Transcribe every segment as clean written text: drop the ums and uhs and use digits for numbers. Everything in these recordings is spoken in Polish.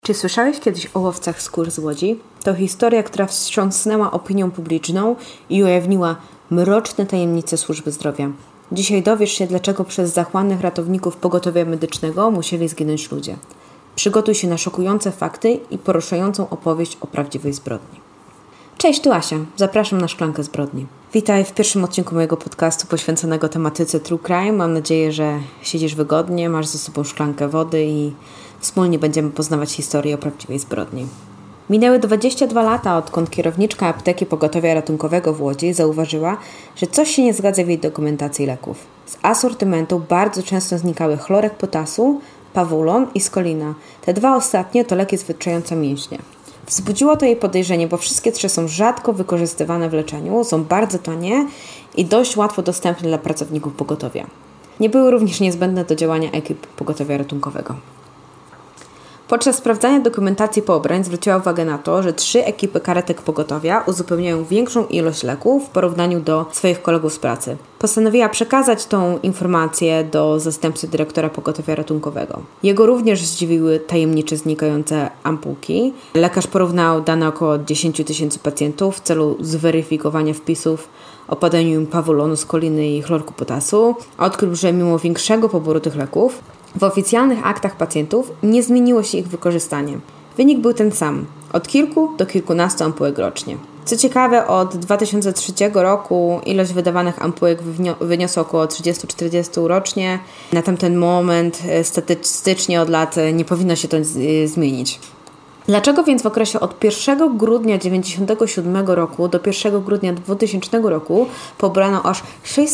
Czy słyszałeś kiedyś o łowcach skór z Łodzi? To historia, która wstrząsnęła opinią publiczną i ujawniła mroczne tajemnice służby zdrowia. Dzisiaj dowiesz się, dlaczego przez zachłannych ratowników pogotowia medycznego musieli zginąć ludzie. Przygotuj się na szokujące fakty i poruszającą opowieść o prawdziwej zbrodni. Cześć, tu Asia. Zapraszam na Szklankę Zbrodni. Witaj w pierwszym odcinku mojego podcastu poświęconego tematyce True Crime. Mam nadzieję, że siedzisz wygodnie, masz ze sobą szklankę wody i wspólnie będziemy poznawać historię o prawdziwej zbrodni. Minęły 22 lata, odkąd kierowniczka apteki pogotowia ratunkowego w Łodzi zauważyła, że coś się nie zgadza w jej dokumentacji leków. Z asortymentu bardzo często znikały chlorek potasu, pawulon i skolina. Te dwa ostatnie to leki zwietrzające mięśnie. Wzbudziło to jej podejrzenie, bo wszystkie trzy są rzadko wykorzystywane w leczeniu, są bardzo tanie i dość łatwo dostępne dla pracowników pogotowia. Nie były również niezbędne do działania ekip pogotowia ratunkowego. Podczas sprawdzania dokumentacji pobrań zwróciła uwagę na to, że 3 ekipy karetek pogotowia uzupełniają większą ilość leków w porównaniu do swoich kolegów z pracy. Postanowiła przekazać tą informację do zastępcy dyrektora pogotowia ratunkowego. Jego również zdziwiły tajemnicze znikające ampułki. Lekarz porównał dane około 10 000 pacjentów w celu zweryfikowania wpisów o podaniu im pawulonu, skoliny i chlorku potasu. Odkrył, że mimo większego poboru tych leków, w oficjalnych aktach pacjentów nie zmieniło się ich wykorzystanie. Wynik był ten sam, od kilku do kilkunastu ampułek rocznie. Co ciekawe, od 2003 roku ilość wydawanych ampułek wyniosła około 30-40 rocznie. Na tamten moment statystycznie od lat nie powinno się to zmienić. Dlaczego więc w okresie od 1 grudnia 1997 roku do 1 grudnia 2000 roku pobrano aż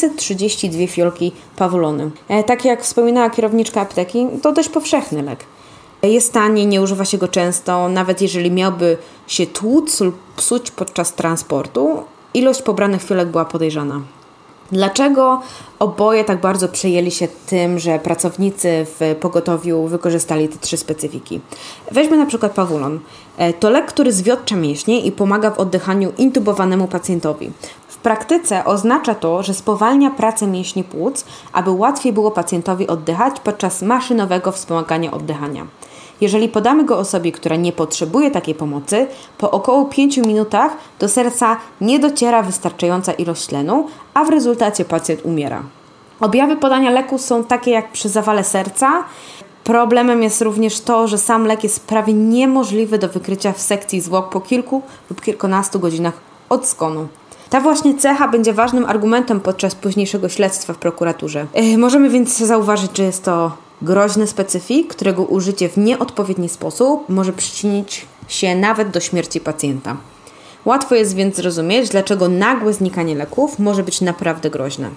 632 fiolki pawulonu? Tak jak wspominała kierowniczka apteki, to dość powszechny lek. Jest tani, nie używa się go często, nawet jeżeli miałby się tłuc lub psuć podczas transportu, ilość pobranych fiolek była podejrzana. Dlaczego oboje tak bardzo przejęli się tym, że pracownicy w pogotowiu wykorzystali te 3 specyfiki? Weźmy na przykład pawulon. To lek, który zwiotcza mięśnie i pomaga w oddychaniu intubowanemu pacjentowi. W praktyce oznacza to, że spowalnia pracę mięśni płuc, aby łatwiej było pacjentowi oddychać podczas maszynowego wspomagania oddychania. Jeżeli podamy go osobie, która nie potrzebuje takiej pomocy, po około 5 minutach do serca nie dociera wystarczająca ilość tlenu, a w rezultacie pacjent umiera. Objawy podania leku są takie jak przy zawale serca. Problemem jest również to, że sam lek jest prawie niemożliwy do wykrycia w sekcji zwłok po kilku lub kilkunastu godzinach od zgonu. Ta właśnie cecha będzie ważnym argumentem podczas późniejszego śledztwa w prokuraturze. Możemy więc zauważyć, że jest to groźny specyfik, którego użycie w nieodpowiedni sposób może przyczynić się nawet do śmierci pacjenta. Łatwo jest więc zrozumieć, dlaczego nagłe znikanie leków może być naprawdę groźne.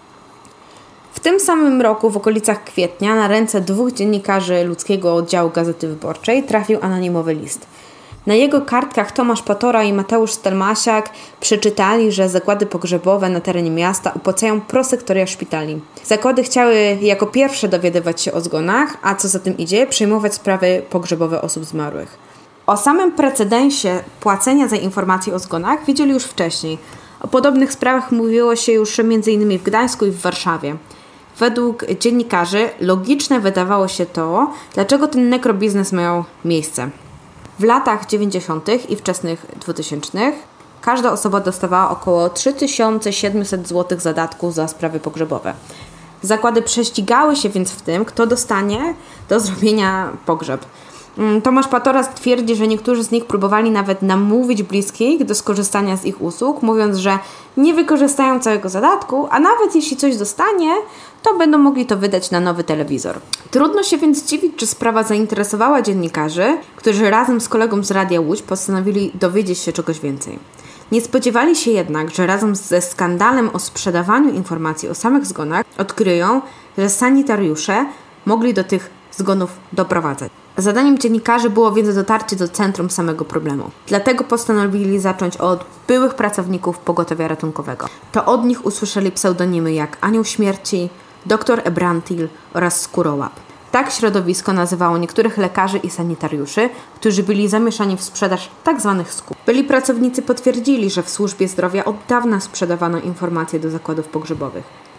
W tym samym roku, w okolicach kwietnia, na ręce 2 dziennikarzy ludzkiego oddziału Gazety Wyborczej trafił anonimowy list. Na jego kartkach Tomasz Patora i Mateusz Stelmasiak przeczytali, że zakłady pogrzebowe na terenie miasta opłacają prosektoria szpitali. Zakłady chciały jako pierwsze dowiadywać się o zgonach, a co za tym idzie, przejmować sprawy pogrzebowe osób zmarłych. O samym precedensie płacenia za informacje o zgonach wiedzieli już wcześniej. O podobnych sprawach mówiło się już m.in. w Gdańsku i w Warszawie. Według dziennikarzy logiczne wydawało się to, dlaczego ten nekrobiznes miał miejsce. W latach 90. i wczesnych 2000 każda osoba dostawała około 3700 zł zadatku za sprawy pogrzebowe. Zakłady prześcigały się więc w tym, kto dostanie do zrobienia pogrzeb. Tomasz Patora twierdzi, że niektórzy z nich próbowali nawet namówić bliskich do skorzystania z ich usług, mówiąc, że nie wykorzystają całego zadatku, a nawet jeśli coś dostanie, to będą mogli to wydać na nowy telewizor. Trudno się więc dziwić, czy sprawa zainteresowała dziennikarzy, którzy razem z kolegą z Radia Łódź postanowili dowiedzieć się czegoś więcej. Nie spodziewali się jednak, że razem ze skandalem o sprzedawaniu informacji o samych zgonach odkryją, że sanitariusze mogli do tych zgonów doprowadzać. Zadaniem dziennikarzy było więc dotarcie do centrum samego problemu. Dlatego postanowili zacząć od byłych pracowników pogotowia ratunkowego. To od nich usłyszeli pseudonimy jak Anioł Śmierci, Dr Ebrantil oraz Skórołap. Tak środowisko nazywało niektórych lekarzy i sanitariuszy, którzy byli zamieszani w sprzedaż tzw. skór. Byli pracownicy potwierdzili, że w służbie zdrowia od dawna sprzedawano informacje do zakładów pogrzebowych.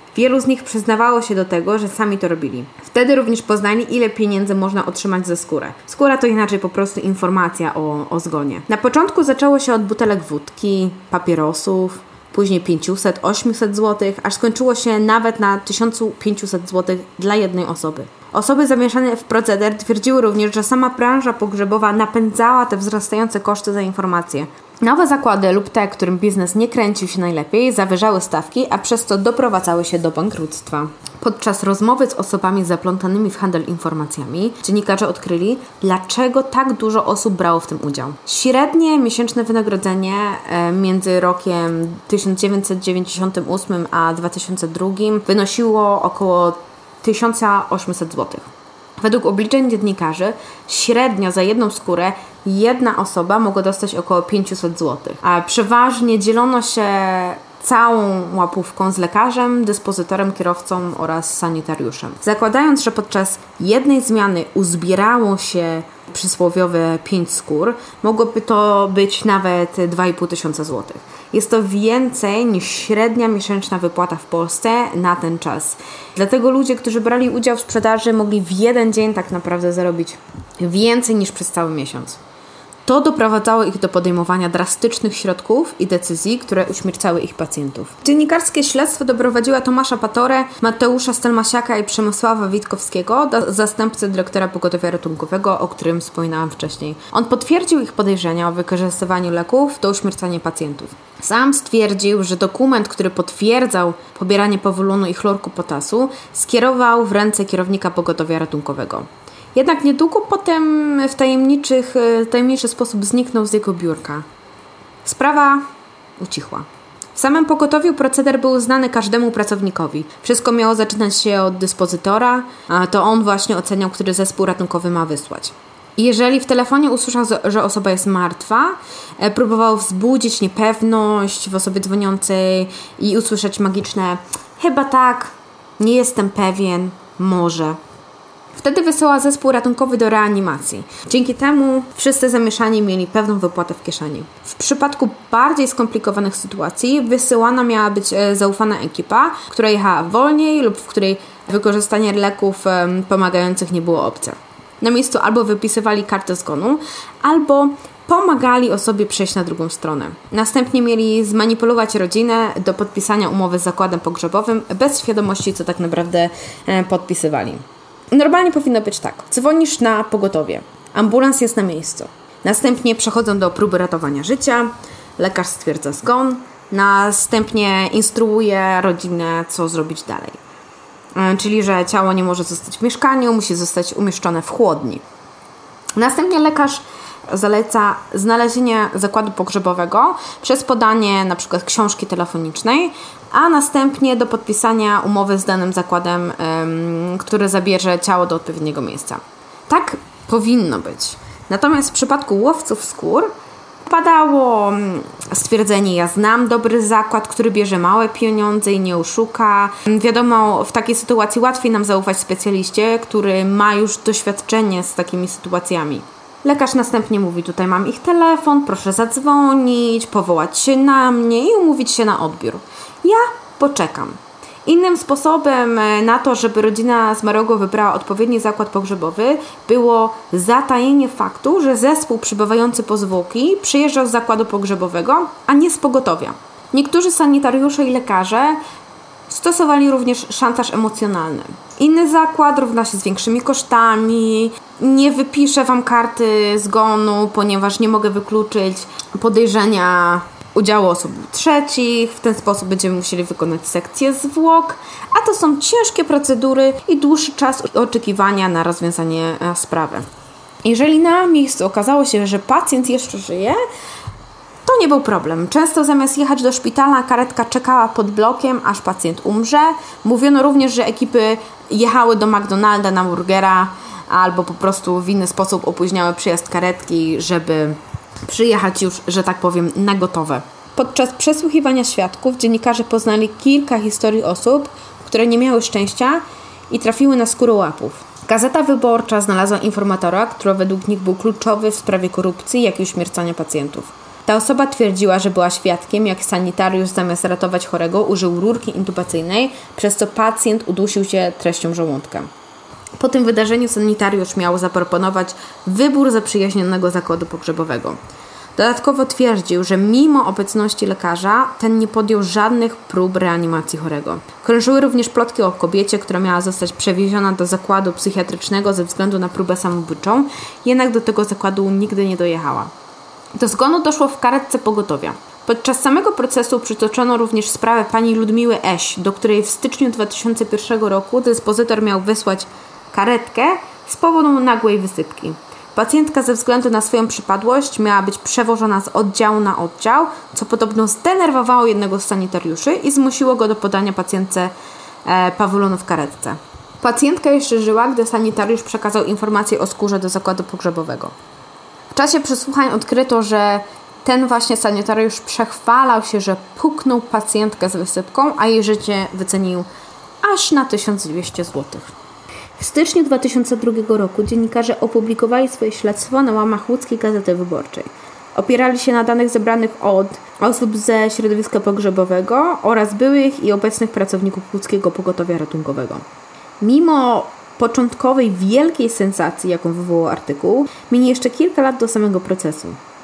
Wielu z nich przyznawało się do tego, że sami to robili. Wtedy również poznali, ile pieniędzy można otrzymać za skórę. Skóra to inaczej po prostu informacja o zgonie. Na początku zaczęło się od butelek wódki, papierosów, później 500, 800 zł, aż skończyło się nawet na 1500 zł dla jednej osoby. Osoby zamieszane w proceder twierdziły również, że sama branża pogrzebowa napędzała te wzrastające koszty za informacje. Nowe zakłady lub te, którym biznes nie kręcił się najlepiej, zawyżały stawki, a przez to doprowadzały się do bankructwa. Podczas rozmowy z osobami zaplątanymi w handel informacjami, dziennikarze odkryli, dlaczego tak dużo osób brało w tym udział. Średnie miesięczne wynagrodzenie między rokiem 1998 a 2002 wynosiło około 1800 zł. Według obliczeń dziennikarzy średnio za jedną skórę jedna osoba mogła dostać około 500 zł, a przeważnie dzielono się całą łapówką z lekarzem, dyspozytorem, kierowcą oraz sanitariuszem. Zakładając, że podczas jednej zmiany uzbierało się przysłowiowe 5 skór, mogłoby to być nawet 2500 zł. Jest to więcej niż średnia miesięczna wypłata w Polsce na ten czas. Dlatego ludzie, którzy brali udział w sprzedaży, mogli w jeden dzień tak naprawdę zarobić więcej niż przez cały miesiąc. To doprowadzało ich do podejmowania drastycznych środków i decyzji, które uśmiercały ich pacjentów. Dziennikarskie śledztwo doprowadziło Tomasza Patorę, Mateusza Stelmasiaka i Przemysława Witkowskiego do zastępcy dyrektora pogotowia ratunkowego, o którym wspominałam wcześniej. On potwierdził ich podejrzenia o wykorzystywaniu leków do uśmiercania pacjentów. Sam stwierdził, że dokument, który potwierdzał pobieranie powolonu i chlorku potasu, skierował w ręce kierownika pogotowia ratunkowego. Jednak niedługo potem w tajemniczy sposób zniknął z jego biurka. Sprawa ucichła. W samym pogotowiu proceder był znany każdemu pracownikowi. Wszystko miało zaczynać się od dyspozytora, a to on właśnie oceniał, który zespół ratunkowy ma wysłać. Jeżeli w telefonie usłyszał, że osoba jest martwa, próbował wzbudzić niepewność w osobie dzwoniącej i usłyszeć magiczne chyba tak, nie jestem pewien, może. Wtedy wysyła zespół ratunkowy do reanimacji. Dzięki temu wszyscy zamieszani mieli pewną wypłatę w kieszeni. W przypadku bardziej skomplikowanych sytuacji wysyłana miała być zaufana ekipa, która jechała wolniej lub w której wykorzystanie leków pomagających nie było obce. Na miejscu albo wypisywali kartę zgonu, albo pomagali osobie przejść na drugą stronę. Następnie mieli zmanipulować rodzinę do podpisania umowy z zakładem pogrzebowym bez świadomości, co tak naprawdę podpisywali. Normalnie powinno być tak. Dzwonisz na pogotowie. Ambulans jest na miejscu. Następnie przechodzą do próby ratowania życia. Lekarz stwierdza zgon. Następnie instruuje rodzinę, co zrobić dalej. Czyli, że ciało nie może zostać w mieszkaniu, musi zostać umieszczone w chłodni. Następnie lekarz zaleca znalezienie zakładu pogrzebowego przez podanie np. książki telefonicznej, a następnie do podpisania umowy z danym zakładem, który zabierze ciało do odpowiedniego miejsca. Tak powinno być. Natomiast w przypadku łowców skór padało stwierdzenie: ja znam dobry zakład, który bierze małe pieniądze i nie oszuka. Wiadomo, w takiej sytuacji łatwiej nam zaufać specjaliście, który ma już doświadczenie z takimi sytuacjami. Lekarz następnie mówi: tutaj mam ich telefon, proszę zadzwonić, powołać się na mnie i umówić się na odbiór. Ja poczekam. Innym sposobem na to, żeby rodzina zmarłego wybrała odpowiedni zakład pogrzebowy, było zatajenie faktu, że zespół przybywający po zwłoki przyjeżdżał z zakładu pogrzebowego, a nie z pogotowia. Niektórzy sanitariusze i lekarze stosowali również szantaż emocjonalny. Inny zakład równa się z większymi kosztami, nie wypiszę wam karty zgonu, ponieważ nie mogę wykluczyć podejrzenia udziału osób trzecich, w ten sposób będziemy musieli wykonać sekcję zwłok, a to są ciężkie procedury i dłuższy czas oczekiwania na rozwiązanie sprawy. Jeżeli na miejscu okazało się, że pacjent jeszcze żyje, to nie był problem. Często zamiast jechać do szpitala, karetka czekała pod blokiem, aż pacjent umrze. Mówiono również, że ekipy jechały do McDonalda na burgera albo po prostu w inny sposób opóźniały przyjazd karetki, żeby przyjechać już, że tak powiem, na gotowe. Podczas przesłuchiwania świadków dziennikarze poznali kilka historii osób, które nie miały szczęścia i trafiły na skórę łapów. Gazeta Wyborcza znalazła informatora, który według nich był kluczowy w sprawie korupcji, jak i uśmiercania pacjentów. Ta osoba twierdziła, że była świadkiem, jak sanitariusz zamiast ratować chorego użył rurki intubacyjnej, przez co pacjent udusił się treścią żołądka. Po tym wydarzeniu sanitariusz miał zaproponować wybór zaprzyjaźnionego zakładu pogrzebowego. Dodatkowo twierdził, że mimo obecności lekarza ten nie podjął żadnych prób reanimacji chorego. Krążyły również plotki o kobiecie, która miała zostać przewieziona do zakładu psychiatrycznego ze względu na próbę samobójczą, jednak do tego zakładu nigdy nie dojechała. Do zgonu doszło w karetce pogotowia. Podczas samego procesu przytoczono również sprawę pani Ludmiły Eś, do której w styczniu 2001 roku dyspozytor miał wysłać karetkę z powodu nagłej wysypki. Pacjentka ze względu na swoją przypadłość miała być przewożona z oddziału na oddział, co podobno zdenerwowało jednego z sanitariuszy i zmusiło go do podania pacjentce pawulonu w karetce. Pacjentka jeszcze żyła, gdy sanitariusz przekazał informację o skórze do zakładu pogrzebowego. W czasie przesłuchań odkryto, że ten właśnie sanitariusz przechwalał się, że puknął pacjentkę z wysypką, a jej życie wycenił aż na 1200 zł. W styczniu 2002 roku dziennikarze opublikowali swoje śledztwo na łamach Łódzkiej Gazety Wyborczej. Opierali się na danych zebranych od osób ze środowiska pogrzebowego oraz byłych i obecnych pracowników Łódzkiego Pogotowia Ratunkowego. Mimo początkowej wielkiej sensacji, jaką wywołał artykuł, minie jeszcze kilka lat do samego procesu.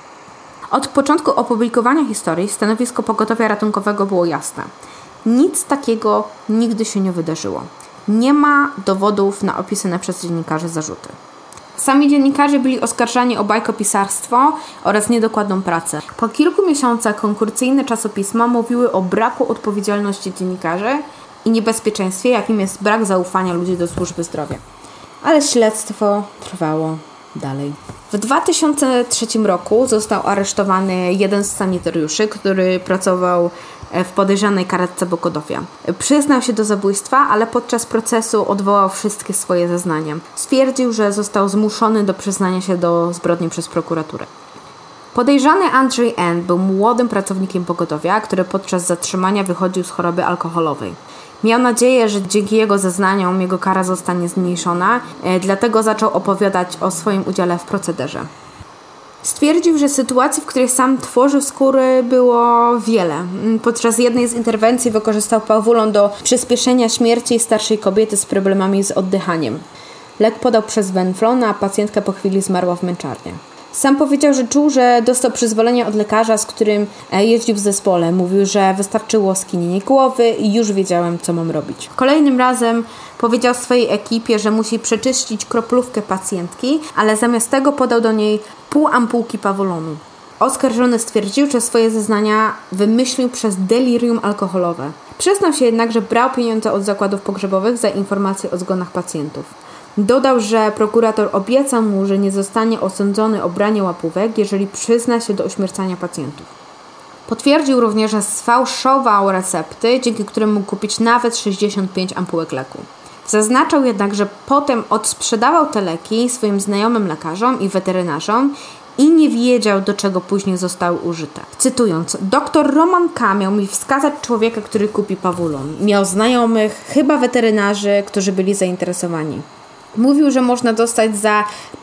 Od początku opublikowania historii stanowisko Pogotowia Ratunkowego było jasne. Nic takiego nigdy się nie wydarzyło. Nie ma dowodów na opisane przez dziennikarzy zarzuty. Sami dziennikarze byli oskarżani o bajkopisarstwo oraz niedokładną pracę. Po kilku miesiącach konkurencyjne czasopisma mówiły o braku odpowiedzialności dziennikarzy i niebezpieczeństwie, jakim jest brak zaufania ludzi do służby zdrowia. Ale śledztwo trwało dalej. W 2003 roku został aresztowany jeden z sanitariuszy, który pracował w podejrzanej karetce pogotowia. Przyznał się do zabójstwa, ale podczas procesu odwołał wszystkie swoje zeznania. Stwierdził, że został zmuszony do przyznania się do zbrodni przez prokuraturę. Podejrzany Andrzej N. był młodym pracownikiem pogotowia, który podczas zatrzymania wychodził z choroby alkoholowej. Miał nadzieję, że dzięki jego zeznaniom jego kara zostanie zmniejszona, dlatego zaczął opowiadać o swoim udziale w procederze. Stwierdził, że sytuacji, w której sam tworzył skóry, było wiele. Podczas jednej z interwencji wykorzystał pawulon do przyspieszenia śmierci starszej kobiety z problemami z oddychaniem. Lek podał przez wenflon, a pacjentka po chwili zmarła w męczarni. Sam powiedział, że czuł, że dostał przyzwolenie od lekarza, z którym jeździł w zespole. Mówił, że wystarczyło skinienie głowy i już wiedziałem, co mam robić. Kolejnym razem powiedział swojej ekipie, że musi przeczyścić kroplówkę pacjentki, ale zamiast tego podał do niej pół ampułki pawulonu. Oskarżony stwierdził, że swoje zeznania wymyślił przez delirium alkoholowe. Przyznał się jednak, że brał pieniądze od zakładów pogrzebowych za informacje o zgonach pacjentów. Dodał, że prokurator obiecał mu, że nie zostanie osądzony o branie łapówek, jeżeli przyzna się do uśmiercania pacjentów. Potwierdził również, że sfałszował recepty, dzięki którym mógł kupić nawet 65 ampułek leku. Zaznaczał jednak, że potem odsprzedawał te leki swoim znajomym lekarzom i weterynarzom i nie wiedział, do czego później zostały użyte. Cytując, dr Roman K. miał mi wskazać człowieka, który kupi pawulon. Miał znajomych, chyba weterynarzy, którzy byli zainteresowani. Mówił, że można dostać za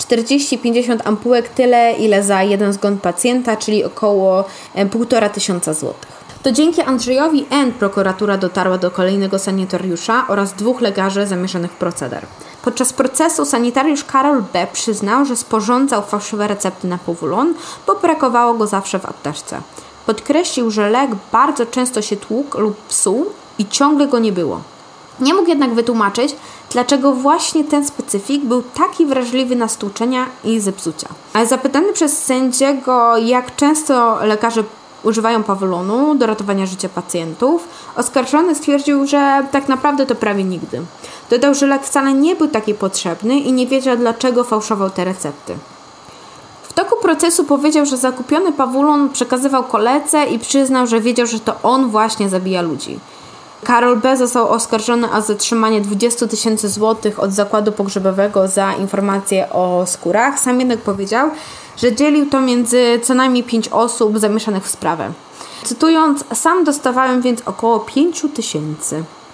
40-50 ampułek tyle, ile za jeden zgon pacjenta, czyli około 1500 zł. To dzięki Andrzejowi N. prokuratura dotarła do kolejnego sanitariusza oraz 2 lekarzy zamieszanych w proceder. Podczas procesu sanitariusz Karol B. przyznał, że sporządzał fałszywe recepty na pawulon, bo brakowało go zawsze w apteczce. Podkreślił, że lek bardzo często się tłukł lub psuł i ciągle go nie było. Nie mógł jednak wytłumaczyć, dlaczego właśnie ten specyfik był taki wrażliwy na stłuczenia i zepsucia. Ale zapytany przez sędziego, jak często lekarze używają pawulonu do ratowania życia pacjentów, oskarżony stwierdził, że tak naprawdę to prawie nigdy. Dodał, że lek wcale nie był taki potrzebny i nie wiedział, dlaczego fałszował te recepty. W toku procesu powiedział, że zakupiony pawulon przekazywał koledze i przyznał, że wiedział, że to on właśnie zabija ludzi. Karol B. został oskarżony o zatrzymanie 20 000 złotych od zakładu pogrzebowego za informacje o skórach. Sam jednak powiedział, że dzielił to między co najmniej 5 osób zamieszanych w sprawę. Cytując, sam dostawałem więc około 5 000.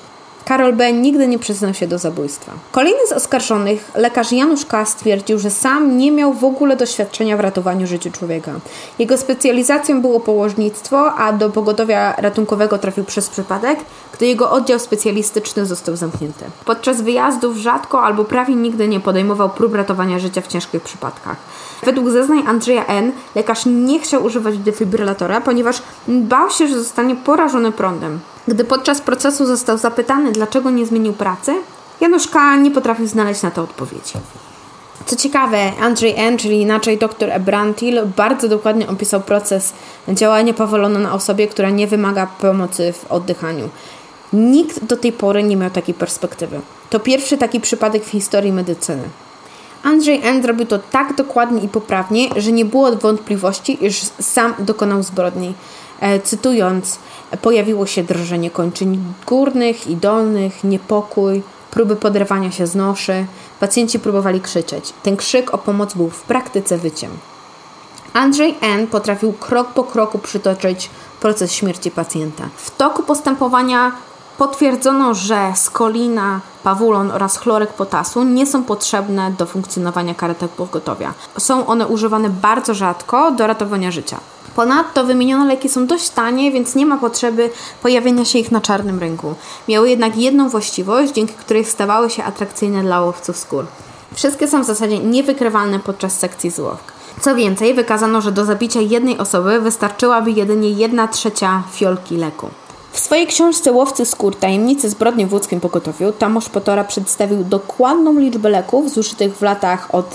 Karol B. nigdy nie przyznał się do zabójstwa. Kolejny z oskarżonych, lekarz Janusz K. stwierdził, że sam nie miał w ogóle doświadczenia w ratowaniu życia człowieka. Jego specjalizacją było położnictwo, a do pogotowia ratunkowego trafił przez przypadek, gdy jego oddział specjalistyczny został zamknięty. Podczas wyjazdów rzadko albo prawie nigdy nie podejmował prób ratowania życia w ciężkich przypadkach. Według zeznań Andrzeja N. lekarz nie chciał używać defibrylatora, ponieważ bał się, że zostanie porażony prądem. Gdy podczas procesu został zapytany, dlaczego nie zmienił pracy, Janusz K. nie potrafił znaleźć na to odpowiedzi. Co ciekawe, Andrzej N., czyli inaczej dr Ebrantil, bardzo dokładnie opisał proces działania Pawolona na osobie, która nie wymaga pomocy w oddychaniu. Nikt do tej pory nie miał takiej perspektywy. To pierwszy taki przypadek w historii medycyny. Andrzej N. zrobił to tak dokładnie i poprawnie, że nie było wątpliwości, iż sam dokonał zbrodni. Cytując, pojawiło się drżenie kończyn górnych i dolnych, niepokój, próby poderwania się z noszy. Pacjenci próbowali krzyczeć. Ten krzyk o pomoc był w praktyce wyciem. Andrzej N. potrafił krok po kroku przytoczyć proces śmierci pacjenta. W toku postępowania potwierdzono, że skolina, pawulon oraz chlorek potasu nie są potrzebne do funkcjonowania karetek pogotowia. Są one używane bardzo rzadko do ratowania życia. Ponadto wymienione leki są dość tanie, więc nie ma potrzeby pojawienia się ich na czarnym rynku. Miały jednak jedną właściwość, dzięki której stawały się atrakcyjne dla łowców skór. Wszystkie są w zasadzie niewykrywalne podczas sekcji zwłok. Co więcej, wykazano, że do zabicia jednej osoby wystarczyłaby jedynie 1/3 fiolki leku. W swojej książce Łowcy skór – tajemnice zbrodni w łódzkim pogotowiu Tomasz Potora przedstawił dokładną liczbę leków zużytych w latach od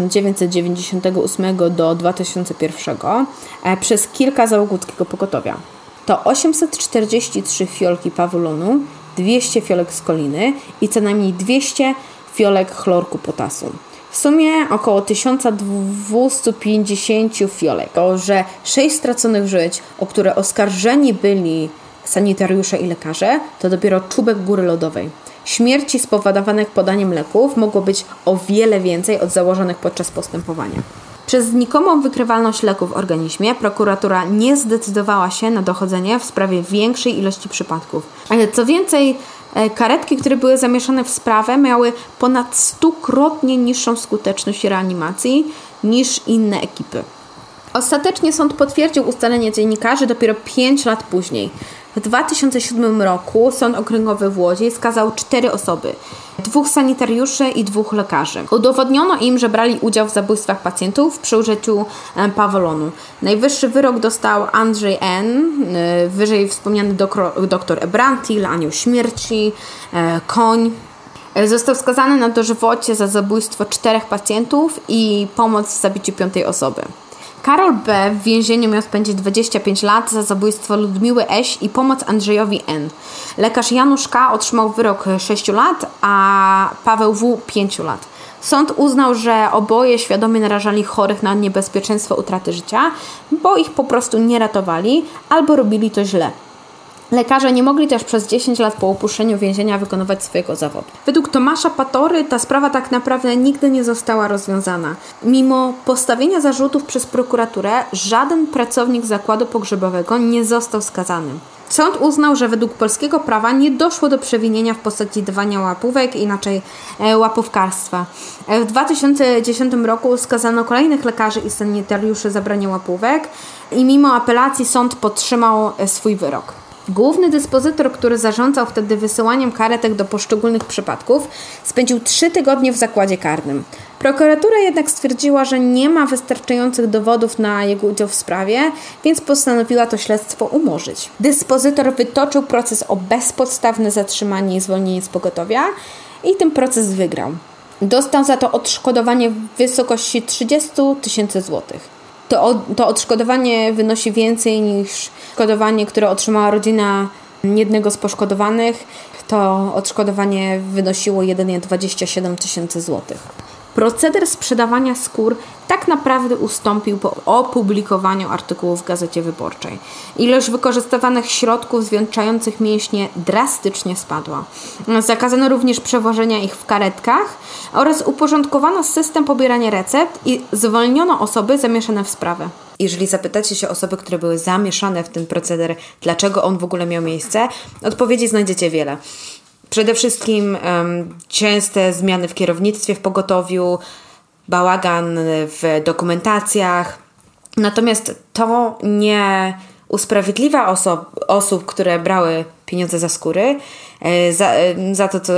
1998 do 2001 przez kilka załóg łódzkiego pogotowia. To 843 fiolki pawulonu, 200 fiolek skoliny i co najmniej 200 fiolek chlorku potasu. W sumie około 1250 fiolek. To, że 6 straconych żyć, o które oskarżeni byli sanitariusze i lekarze, to dopiero czubek góry lodowej. Śmierci spowodowanych podaniem leków mogło być o wiele więcej od założonych podczas postępowania. Przez znikomą wykrywalność leków w organizmie prokuratura nie zdecydowała się na dochodzenie w sprawie większej ilości przypadków. Co więcej, karetki, które były zamieszane w sprawę, miały ponad 100-krotnie niższą skuteczność reanimacji niż inne ekipy. Ostatecznie sąd potwierdził ustalenie dziennikarzy dopiero 5 lat później. W 2007 roku Sąd Okręgowy w Łodzi skazał 4 osoby, 2 sanitariuszy i 2 lekarzy. Udowodniono im, że brali udział w zabójstwach pacjentów przy użyciu pawolonu. Najwyższy wyrok dostał Andrzej N., wyżej wspomniany dr Ebrantil, Anioł Śmierci, Koń. Został skazany na dożywocie za zabójstwo 4 pacjentów i pomoc w zabiciu 5 osoby. Karol B. w więzieniu miał spędzić 25 lat za zabójstwo Ludmiły Eś i pomoc Andrzejowi N. Lekarz Janusz K. otrzymał wyrok 6 lat, a Paweł W. 5 lat. Sąd uznał, że oboje świadomie narażali chorych na niebezpieczeństwo utraty życia, bo ich po prostu nie ratowali albo robili to źle. Lekarze nie mogli też przez 10 lat po opuszczeniu więzienia wykonywać swojego zawodu. Według Tomasza Patory ta sprawa tak naprawdę nigdy nie została rozwiązana. Mimo postawienia zarzutów przez prokuraturę, żaden pracownik zakładu pogrzebowego nie został skazany. Sąd uznał, że według polskiego prawa nie doszło do przewinienia w postaci dawania łapówek, inaczej łapówkarstwa. W 2010 roku skazano kolejnych lekarzy i sanitariuszy za branie łapówek i mimo apelacji sąd podtrzymał swój wyrok. Główny dyspozytor, który zarządzał wtedy wysyłaniem karetek do poszczególnych przypadków, spędził 3 tygodnie w zakładzie karnym. Prokuratura jednak stwierdziła, że nie ma wystarczających dowodów na jego udział w sprawie, więc postanowiła to śledztwo umorzyć. Dyspozytor wytoczył proces o bezpodstawne zatrzymanie i zwolnienie z pogotowia i ten proces wygrał. Dostał za to odszkodowanie w wysokości 30 000 złotych. To odszkodowanie wynosi więcej niż odszkodowanie, które otrzymała rodzina jednego z poszkodowanych. To odszkodowanie wynosiło jedynie 27 000 złotych. Proceder sprzedawania skór tak naprawdę ustąpił po opublikowaniu artykułu w Gazecie Wyborczej. Ilość wykorzystywanych środków zwieńczających mięśnie drastycznie spadła. Zakazano również przewożenia ich w karetkach oraz uporządkowano system pobierania recept i zwolniono osoby zamieszane w sprawę. Jeżeli zapytacie się osoby, które były zamieszane w ten proceder, dlaczego on w ogóle miał miejsce, odpowiedzi znajdziecie wiele. Przede wszystkim częste zmiany w kierownictwie w pogotowiu, bałagan w dokumentacjach. Natomiast to nie usprawiedliwia osób, które brały pieniądze za skóry, za to, co...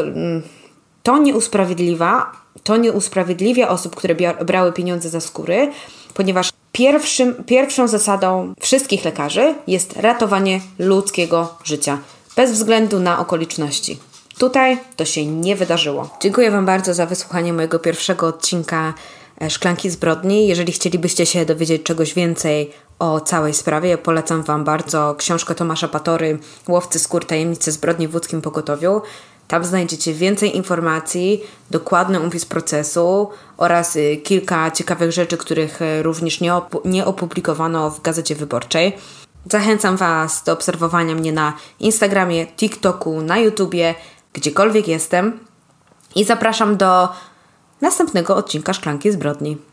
To nie usprawiedliwia osób, które brały pieniądze za skóry, ponieważ pierwszą zasadą wszystkich lekarzy jest ratowanie ludzkiego życia, bez względu na okoliczności. Tutaj to się nie wydarzyło. Dziękuję Wam bardzo za wysłuchanie mojego pierwszego odcinka Szklanki Zbrodni. Jeżeli chcielibyście się dowiedzieć czegoś więcej o całej sprawie, polecam Wam bardzo książkę Tomasza Patory Łowcy skór, tajemnice zbrodni w łódzkim pogotowiu. Tam znajdziecie więcej informacji, dokładny opis procesu oraz kilka ciekawych rzeczy, których również nie opublikowano w Gazecie Wyborczej. Zachęcam Was do obserwowania mnie na Instagramie, TikToku, na YouTubie, gdziekolwiek jestem i zapraszam do następnego odcinka Szklanki Zbrodni.